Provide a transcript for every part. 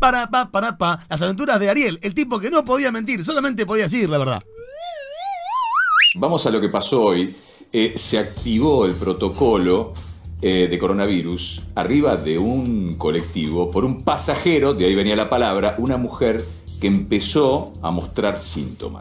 Las aventuras de Ariel, el tipo que no podía mentir, solamente podía decir la verdad. Vamos a lo que pasó hoy. Se activó el protocolo de coronavirus arriba de un colectivo por un pasajero, de ahí venía la palabra, una mujer que empezó a mostrar síntomas.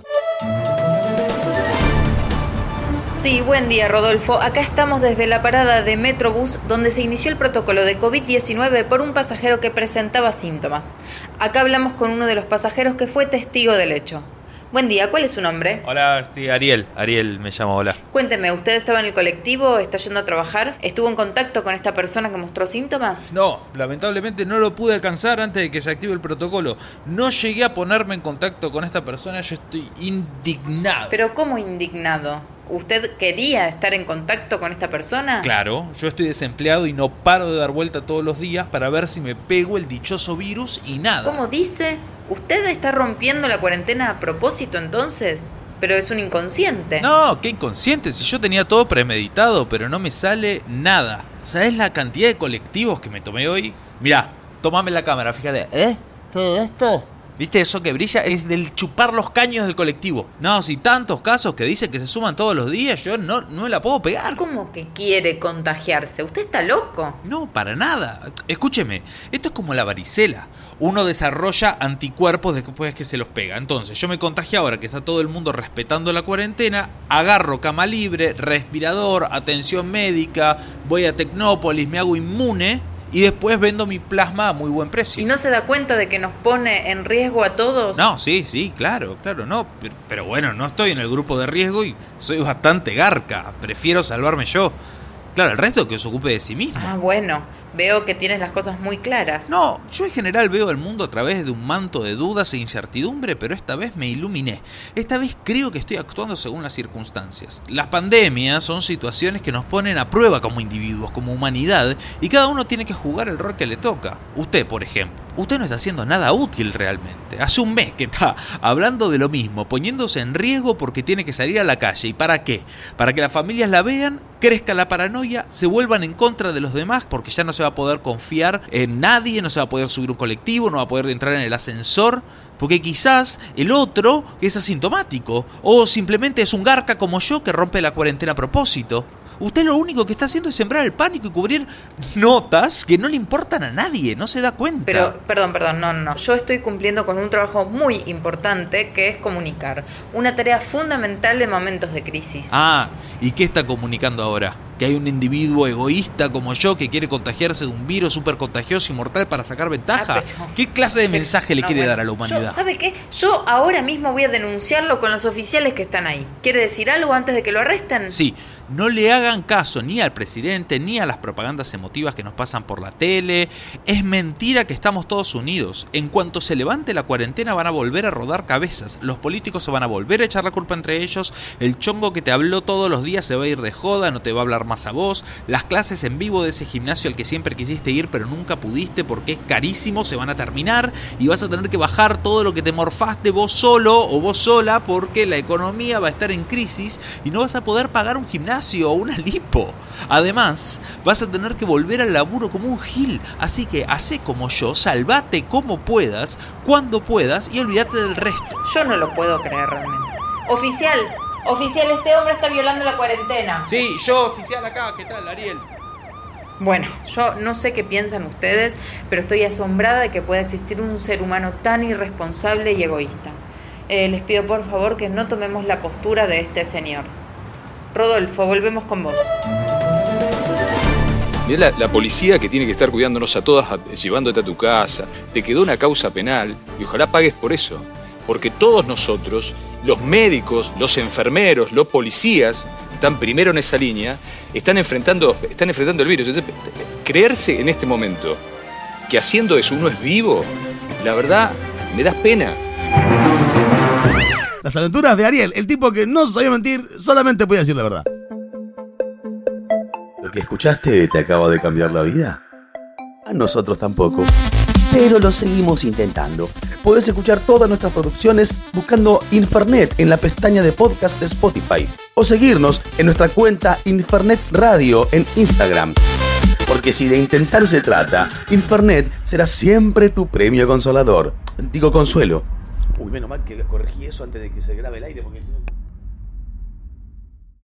Sí, buen día, Rodolfo. Acá estamos desde la parada de Metrobús, donde se inició el protocolo de COVID-19 por un pasajero que presentaba síntomas. Acá hablamos con uno de los pasajeros que fue testigo del hecho. Buen día, ¿cuál es su nombre? Hola, sí, Ariel me llamo, hola. Cuénteme, ¿usted estaba en el colectivo? ¿Está yendo a trabajar? ¿Estuvo en contacto con esta persona que mostró síntomas? No, lamentablemente no lo pude alcanzar antes de que se active el protocolo. No llegué a ponerme en contacto con esta persona, yo estoy indignado. ¿Pero cómo indignado? ¿Usted quería estar en contacto con esta persona? Claro, yo estoy desempleado y no paro de dar vuelta todos los días para ver si me pego el dichoso virus y nada. ¿Cómo dice? ¿Usted está rompiendo la cuarentena a propósito entonces? Pero es un inconsciente. No, qué inconsciente, si yo tenía todo premeditado, pero no me sale nada. ¿Sabés la cantidad de colectivos que me tomé hoy? Mirá, tomame la cámara, fíjate. ¿Todo esto? ¿Viste eso que brilla? Es del chupar los caños del colectivo. No, si tantos casos que dicen que se suman todos los días, yo no me la puedo pegar. ¿Cómo que quiere contagiarse? ¿Usted está loco? No, para nada. Escúcheme, esto es como la varicela. Uno desarrolla anticuerpos después que se los pega. Entonces, yo me contagié ahora que está todo el mundo respetando la cuarentena, agarro cama libre, respirador, atención médica, voy a Tecnópolis, me hago inmune y después vendo mi plasma a muy buen precio. ¿Y no se da cuenta de que nos pone en riesgo a todos? No, sí, claro, no. Pero bueno, no estoy en el grupo de riesgo y soy bastante garca. Prefiero salvarme yo. Claro, el resto que se ocupe de sí mismo. Ah, bueno, veo que tienes las cosas muy claras. No, yo en general veo el mundo a través de un manto de dudas e incertidumbre, pero esta vez me iluminé. Esta vez creo que estoy actuando según las circunstancias. Las pandemias son situaciones que nos ponen a prueba como individuos, como humanidad, y cada uno tiene que jugar el rol que le toca. Usted, por ejemplo, usted no está haciendo nada útil realmente. Hace un mes que está hablando de lo mismo, poniéndose en riesgo porque tiene que salir a la calle. ¿Y para qué? Para que las familias la vean, crezca la paranoia, se vuelvan en contra de los demás porque ya no se va a poder confiar en nadie, no se va a poder subir un colectivo, no va a poder entrar en el ascensor, porque quizás el otro es asintomático o simplemente es un garca como yo que rompe la cuarentena a propósito. Usted lo único que está haciendo es sembrar el pánico y cubrir notas que no le importan a nadie, no se da cuenta. Pero, perdón, no. Yo estoy cumpliendo con un trabajo muy importante que es comunicar. Una tarea fundamental en momentos de crisis. Ah, ¿y qué está comunicando ahora? ¿Que hay un individuo egoísta como yo que quiere contagiarse de un virus súper contagioso y mortal para sacar ventaja? ¿Qué clase de mensaje le quiere dar a la humanidad? ¿Sabe qué? Yo ahora mismo voy a denunciarlo con los oficiales que están ahí. ¿Quiere decir algo antes de que lo arresten? Sí, no le hagan caso ni al presidente ni a las propagandas emotivas que nos pasan por la tele. Es mentira que estamos todos unidos. En cuanto se levante la cuarentena van a volver a rodar cabezas. Los políticos se van a volver a echar la culpa entre ellos. El chongo que te habló todos los días se va a ir de joda, no te va a hablar más a vos. Las clases en vivo de ese gimnasio al que siempre quisiste ir pero nunca pudiste porque es carísimo se van a terminar y vas a tener que bajar todo lo que te morfaste vos solo o vos sola porque la economía va a estar en crisis y no vas a poder pagar un gimnasio o una lipo. Además, vas a tener que volver al laburo como un gil. Así que hacé como yo, salvate como puedas, cuando puedas y olvídate del resto. Yo no lo puedo creer realmente. Oficial, este hombre está violando la cuarentena. Sí, yo oficial acá, ¿qué tal, Ariel? Bueno, yo no sé qué piensan ustedes, pero estoy asombrada de que pueda existir un ser humano tan irresponsable y egoísta. Les pido por favor que no tomemos la postura de este señor. Rodolfo, volvemos con vos. Mirá la policía que tiene que estar cuidándonos a todas, llevándote a tu casa. Te quedó una causa penal y ojalá pagues por eso. Porque todos nosotros, los médicos, los enfermeros, los policías, están primero en esa línea, están enfrentando el virus. Entonces, creerse en este momento que haciendo eso uno es vivo, la verdad, me das pena. Las aventuras de Ariel, el tipo que no sabía mentir, solamente podía decir la verdad. ¿Lo que escuchaste te acaba de cambiar la vida? A nosotros tampoco, pero lo seguimos intentando. Podés escuchar todas nuestras producciones buscando Infernet en la pestaña de podcast de Spotify o seguirnos en nuestra cuenta Infernet Radio en Instagram. Porque si de intentar se trata, Infernet será siempre tu premio consolador. Digo, consuelo. Uy, menos mal que corregí eso antes de que se grabe el aire, porque si no...